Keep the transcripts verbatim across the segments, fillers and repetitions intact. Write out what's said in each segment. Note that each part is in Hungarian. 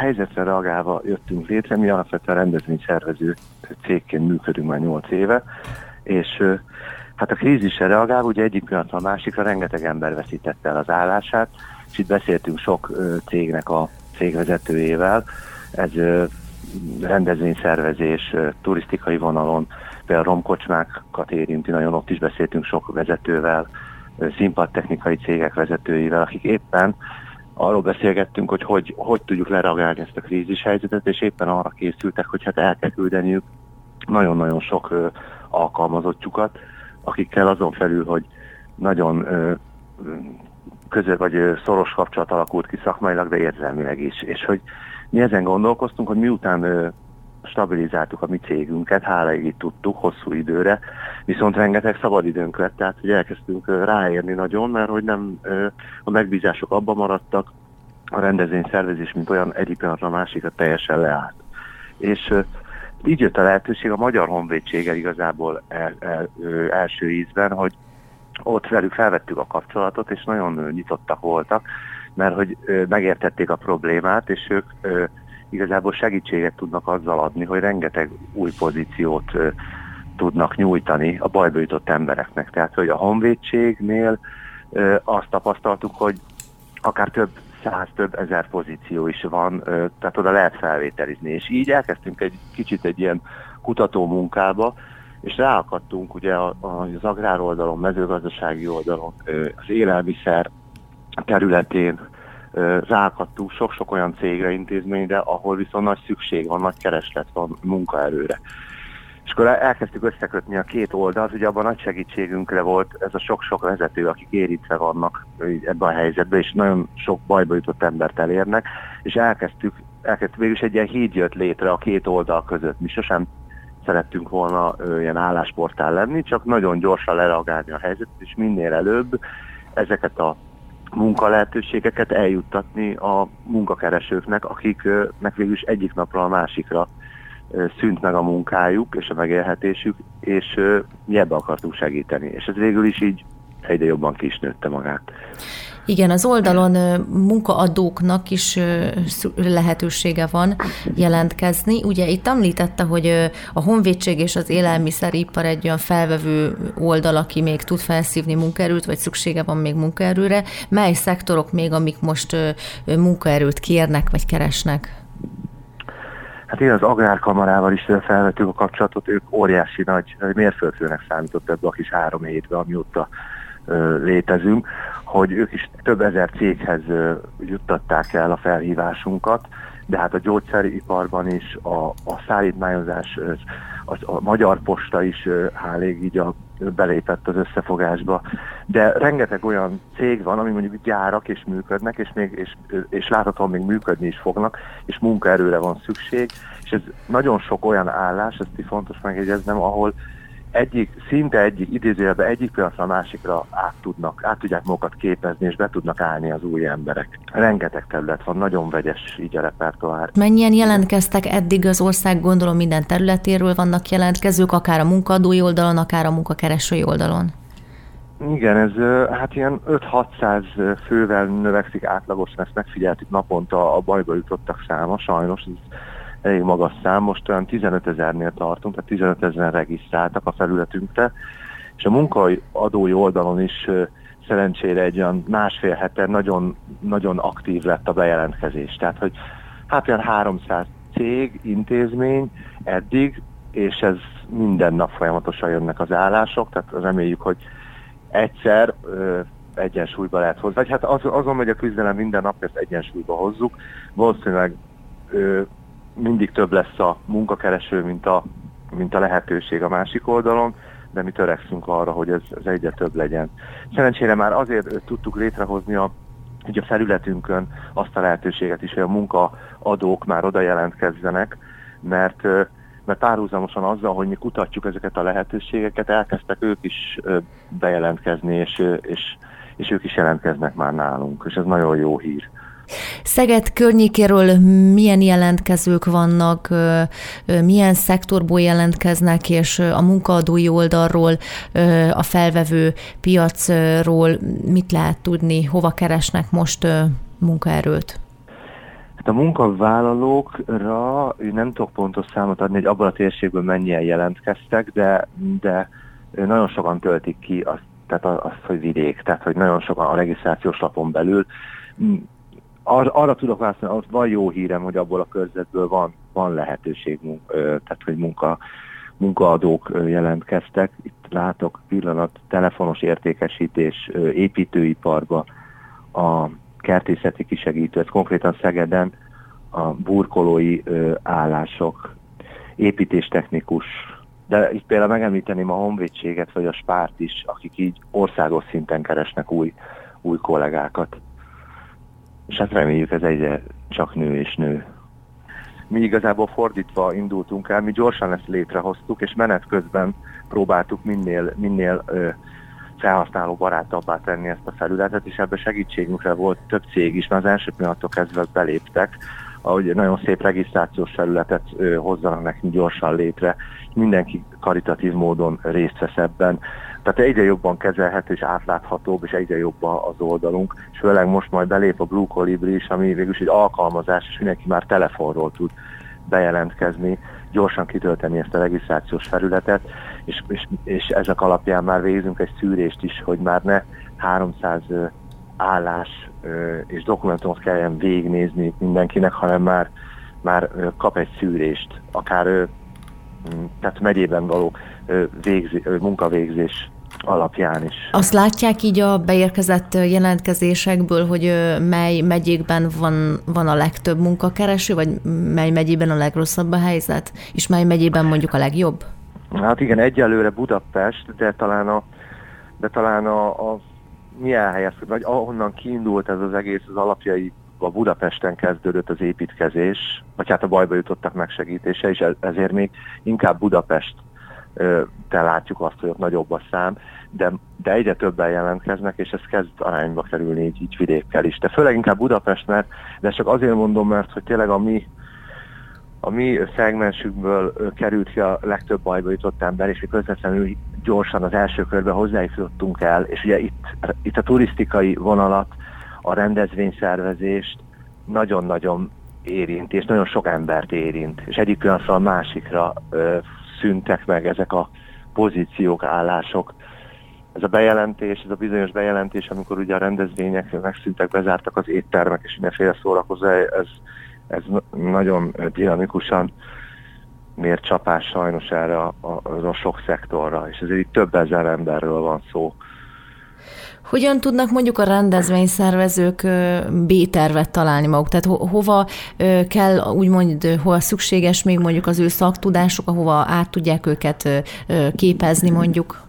helyzetre reagálva jöttünk létre, mi alapvetően rendezvényszervező cégként működünk már nyolc éve, és hát a krízisre reagálva ugye egyik pillanatban a másikra rengeteg ember veszítette el az állását, és itt beszéltünk sok cégnek a cégvezetőjével, ez rendezvényszervezés, turisztikai vonalon, például romkocsmákat érinti, nagyon ott is beszéltünk sok vezetővel, színpadtechnikai cégek vezetőivel, akik éppen arról beszélgettünk, hogy hogy, hogy tudjuk lereagálni ezt a krízis helyzetet, és éppen arra készültek, hogy hát el kell küldeniük nagyon-nagyon sok ö, alkalmazottjukat, akikkel azon felül, hogy nagyon ö, közö vagy ö, szoros kapcsolat alakult ki szakmailag, de érzelmileg is. És hogy mi ezen gondolkoztunk, hogy miután ö, stabilizáltuk a mi cégünket, hála így tudtuk hosszú időre, viszont rengeteg szabadidőnk lett, tehát hogy elkezdtünk ráérni nagyon, mert hogy nem a megbízások abba maradtak, a rendezvényszervezés, mint olyan egyik pillanatra a másikra teljesen leállt. És így jött a lehetőség a Magyar Honvédséggel igazából el, el, első ízben, hogy ott velük felvettük a kapcsolatot, és nagyon nyitottak voltak, mert hogy megértették a problémát, és ők igazából segítséget tudnak azzal adni, hogy rengeteg új pozíciót ö, tudnak nyújtani a bajba jutott embereknek. Tehát, hogy a honvédségnél ö, azt tapasztaltuk, hogy akár több száz, több ezer pozíció is van, ö, tehát oda lehet felvételizni. És így elkezdtünk egy kicsit egy ilyen kutató munkába, és ráakadtunk ugye az agrár oldalon, mezőgazdasági oldalon, ö, az élelmiszer területén, ráakadtunk sok-sok olyan cégre, intézményre, ahol viszont nagy szükség van, nagy kereslet van munkaerőre. És akkor elkezdtük összekötni a két oldalt, ugye abban nagy segítségünkre volt ez a sok-sok vezető, akik érintve vannak ebben a helyzetben, és nagyon sok bajba jutott embert elérnek, és elkezdtük, elkezdtük végülis egy ilyen híd jött létre a két oldal között. Mi sosem szerettünk volna ö, ilyen állásportál lenni, csak nagyon gyorsan lereagálni a helyzetet, és minél előbb ezeket a munkalehetőségeket eljuttatni a munkakeresőknek, akiknek végülis egyik napról a másikra szűnt meg a munkájuk és a megélhetésük, és mi ebbe akartunk segíteni. És ez végül is így egyre jobban ki is nőtte magát. Igen, az oldalon munkaadóknak is lehetősége van jelentkezni. Ugye itt említette, hogy a honvédség és az élelmiszeripar egy olyan felvevő oldal, aki még tud felszívni munkaerőt, vagy szüksége van még munkaerőre. Mely szektorok még, amik most munkaerőt kérnek, vagy keresnek? Hát én az Agrárkamarával is felvettük a kapcsolatot, ők óriási nagy mérföldkőnek számított ebbe a kis három hétbe, amióta létezünk, hogy ők is több ezer céghez juttatták el a felhívásunkat, de hát a gyógyszeriparban is, a, a szállítmányozás, a, a Magyar Posta is hálég így a, belépett az összefogásba, de rengeteg olyan cég van, ami mondjuk gyárak és működnek, és, még, és, és láthatóan még működni is fognak, és munkaerőre van szükség, és ez nagyon sok olyan állás, ezt is fontos megjegyeznem, ahol egyik, szinte egyik, idézőjelben egyik pillanatra a másikra át tudnak, át tudják magukat képezni, és be tudnak állni az új emberek. Rengeteg terület van, nagyon vegyes így a repertoár. Mennyien jelentkeztek eddig az ország, gondolom minden területéről vannak jelentkezők, akár a munkaadói oldalon, akár a munkakeresői oldalon? Igen, ez hát ilyen öt-hatszáz fővel növekszik átlagosan, ezt megfigyeltük naponta a bajba jutottak száma, sajnos ez elég magas szám, most olyan tizenöt ezernél tartunk, tehát tizenöt ezeren regisztráltak a felületünkre, és a munkaadói oldalon is szerencsére egy olyan másfél hete nagyon, nagyon aktív lett a bejelentkezés. Tehát, hogy hát olyan háromszáz cég, intézmény eddig, és ez minden nap folyamatosan jönnek az állások, tehát reméljük, hogy egyszer ö, egyensúlyba lehet hozni. Vagy hát az, azon megy a küzdelem minden nap, ezt egyensúlyba hozzuk. Valószínűleg ö, mindig több lesz a munkakereső, mint a, mint a lehetőség a másik oldalon, de mi törekszünk arra, hogy ez, ez egyre több legyen. Szerencsére már azért tudtuk létrehozni a, a felületünkön azt a lehetőséget is, hogy a munkaadók már oda jelentkezzenek, mert, mert párhuzamosan azzal, hogy mi kutatjuk ezeket a lehetőségeket, elkezdtek ők is bejelentkezni, és, és, és ők is jelentkeznek már nálunk, és ez nagyon jó hír. Szeged környékéről milyen jelentkezők vannak, milyen szektorból jelentkeznek, és a munkaadói oldalról, a felvevő piacról mit lehet tudni, hova keresnek most munkaerőt? Hát a munkavállalókra nem tudok pontos számot adni, hogy abban a térségből mennyien jelentkeztek, de, de nagyon sokan töltik ki azt, tehát azt, hogy vidék, tehát hogy nagyon sokan a regisztrációs lapon belül. Ar, arra tudok válaszolni, hogy van jó hírem, hogy abból a körzetből van, van lehetőség, tehát hogy munka, munkaadók jelentkeztek. Itt látok pillanat telefonos értékesítés építőiparba, a kertészeti kisegítő, ez konkrétan Szegeden a burkolói állások, építéstechnikus, de itt például megemlíteném a Honvédséget vagy a Spárt is, akik így országos szinten keresnek új, új kollégákat. És hát reméljük, ez egyre csak nő és nő. Mi igazából fordítva indultunk el, mi gyorsan ezt létrehoztuk, és menet közben próbáltuk minél, minél ö, felhasználó barátabbá tenni ezt a felületet, és ebben segítségünkre volt több cég is, mert az első pillanattól kezdve beléptek, ahogy nagyon szép regisztrációs felületet ö, hozzanak nekünk gyorsan létre, mindenki karitatív módon részt vesz ebben. Tehát egyre jobban kezelhető és átláthatóbb, és egyre jobb az oldalunk, és főleg most majd belép a Blue Colibri is, ami végülis egy alkalmazás, és mindenki már telefonról tud bejelentkezni, gyorsan kitölteni ezt a regisztrációs felületet, és, és, és ezek alapján már végzünk egy szűrést is, hogy már ne háromszáz állás és dokumentumot kelljen végignézni mindenkinek, hanem már, már kap egy szűrést, akár tehát megyében való végzi, munkavégzés alapján is. Azt látják így a beérkezett jelentkezésekből, hogy mely megyékben van, van a legtöbb munkakereső, vagy mely megyében a legrosszabb a helyzet, és mely megyében mondjuk a legjobb? Hát igen, egyelőre Budapest, de talán a, de talán a, a mi elhelyeztük, vagy ahonnan kiindult ez az egész, az alapjai a Budapesten kezdődött az építkezés, vagy hát a bajba jutottak megsegítése, és ezért még inkább Budapest te látjuk azt, hogy ott nagyobb a szám, de, de egyre többen jelentkeznek, és ez kezd arányba kerülni így, így vidékkel is. De főleg inkább Budapest, mert, de csak azért mondom, mert hogy tényleg a mi, a mi szegmensükből került ki a legtöbb bajba jutott ember, és mi közvetlenül gyorsan az első körben hozzájutottunk el, és ugye itt, itt a turisztikai vonalat, a rendezvényszervezést nagyon-nagyon érint, és nagyon sok embert érint, és egyik pillanatról a másikra ö, szűntek meg ezek a pozíciók, állások. Ez a bejelentés, ez a bizonyos bejelentés, amikor ugye a rendezvények megszűntek, bezártak az éttermek, és mindenféle szórakozó, ez, ez nagyon dinamikusan mért csapás sajnos erre a, a, a sok szektorra, és ezért itt több ezer emberről van szó. Hogyan tudnak mondjuk a rendezvényszervezők B-tervet találni maguk? Tehát ho- hova kell, úgymond, hova szükséges még mondjuk az ő szaktudásuk, ahova át tudják őket képezni mondjuk?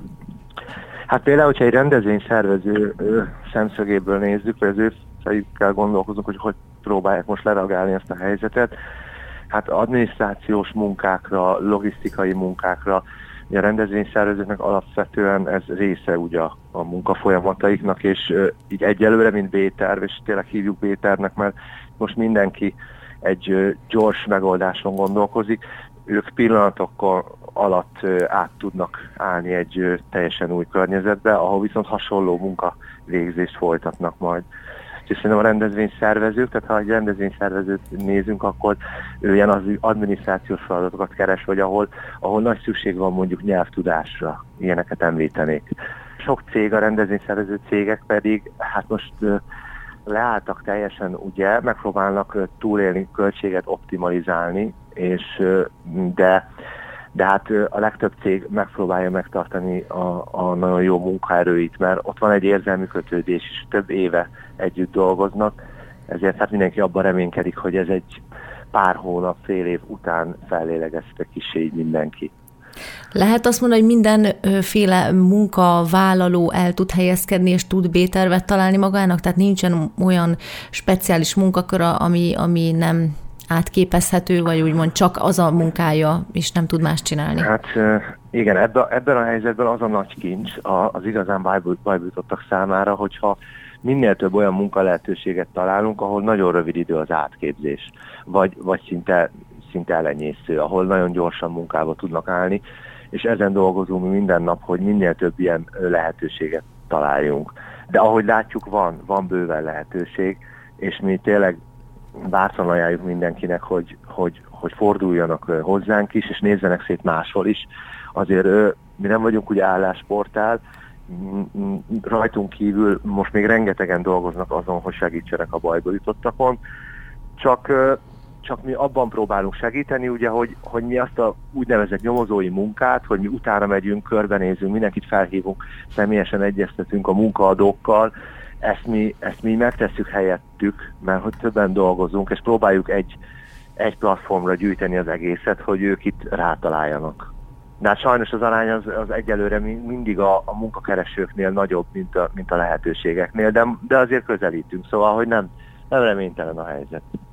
Hát például, hogyha egy rendezvényszervező szemszögéből nézzük, vagy az ő fejükkel gondolkozunk, hogy hogy próbálják most lereagálni ezt a helyzetet, hát adminisztrációs munkákra, logisztikai munkákra, a rendezvényszervezőknek alapvetően ez része ugye a, a munkafolyamataiknak, és uh, így egyelőre, mint B-terv, és tényleg hívjuk B-tervnek, mert most mindenki egy uh, gyors megoldáson gondolkozik, ők pillanatokkal alatt uh, át tudnak állni egy uh, teljesen új környezetbe, ahol viszont hasonló munkavégzést folytatnak majd. És szerintem a rendezvényszervezők, tehát ha egy rendezvényszervezőt nézünk, akkor ő ilyen az adminisztrációs feladatokat keres, vagy ahol, ahol nagy szükség van mondjuk nyelvtudásra, ilyeneket említenék. Sok cég, a rendezvényszervező cégek pedig hát most uh, leálltak teljesen, ugye, megpróbálnak uh, túlélni, költséget optimalizálni, és, uh, de, de hát uh, a legtöbb cég megpróbálja megtartani a, a nagyon jó munkaerőit, mert ott van egy érzelmi kötődés, és több éve együtt dolgoznak, ezért hát mindenki abban reménykedik, hogy ez egy pár hónap, fél év után fellélegeztek kissé így mindenki. Lehet azt mondani, hogy mindenféle munkavállaló el tud helyezkedni, és tud B-tervet találni magának? Tehát nincsen olyan speciális munkakör, ami, ami nem átképezhető, vagy úgymond csak az a munkája, és nem tud más csinálni? Hát igen, ebben, ebben a helyzetben az a nagy kincs az igazán bajba jutottak számára, hogyha minél több olyan munkalehetőséget találunk, ahol nagyon rövid idő az átképzés, vagy, vagy szinte, szinte elenyésző, ahol nagyon gyorsan munkába tudnak állni, és ezen dolgozunk mi minden nap, hogy minél több ilyen lehetőséget találjunk. De ahogy látjuk, van, van bőven lehetőség, és mi tényleg bátran ajánljuk mindenkinek, hogy, hogy, hogy forduljanak hozzánk is, és nézzenek szét máshol is. Azért mi nem vagyunk ugye állásportál, rajtunk kívül most még rengetegen dolgoznak azon, hogy segítsenek a bajba jutottakon, csak, csak mi abban próbálunk segíteni, ugye, hogy, hogy mi azt a úgynevezett nyomozói munkát, hogy mi utána megyünk, körbenézünk, mindenkit felhívunk, személyesen egyeztetünk a munkaadókkal, ezt mi, ezt mi megtesszük helyettük, mert hogy többen dolgozunk, és próbáljuk egy, egy platformra gyűjteni az egészet, hogy ők itt rátaláljanak. De hát sajnos az arány az, az egyelőre mindig a, a munkakeresőknél nagyobb, mint a, mint a lehetőségeknél, de, de azért közelítünk, szóval hogy nem, nem reménytelen a helyzet.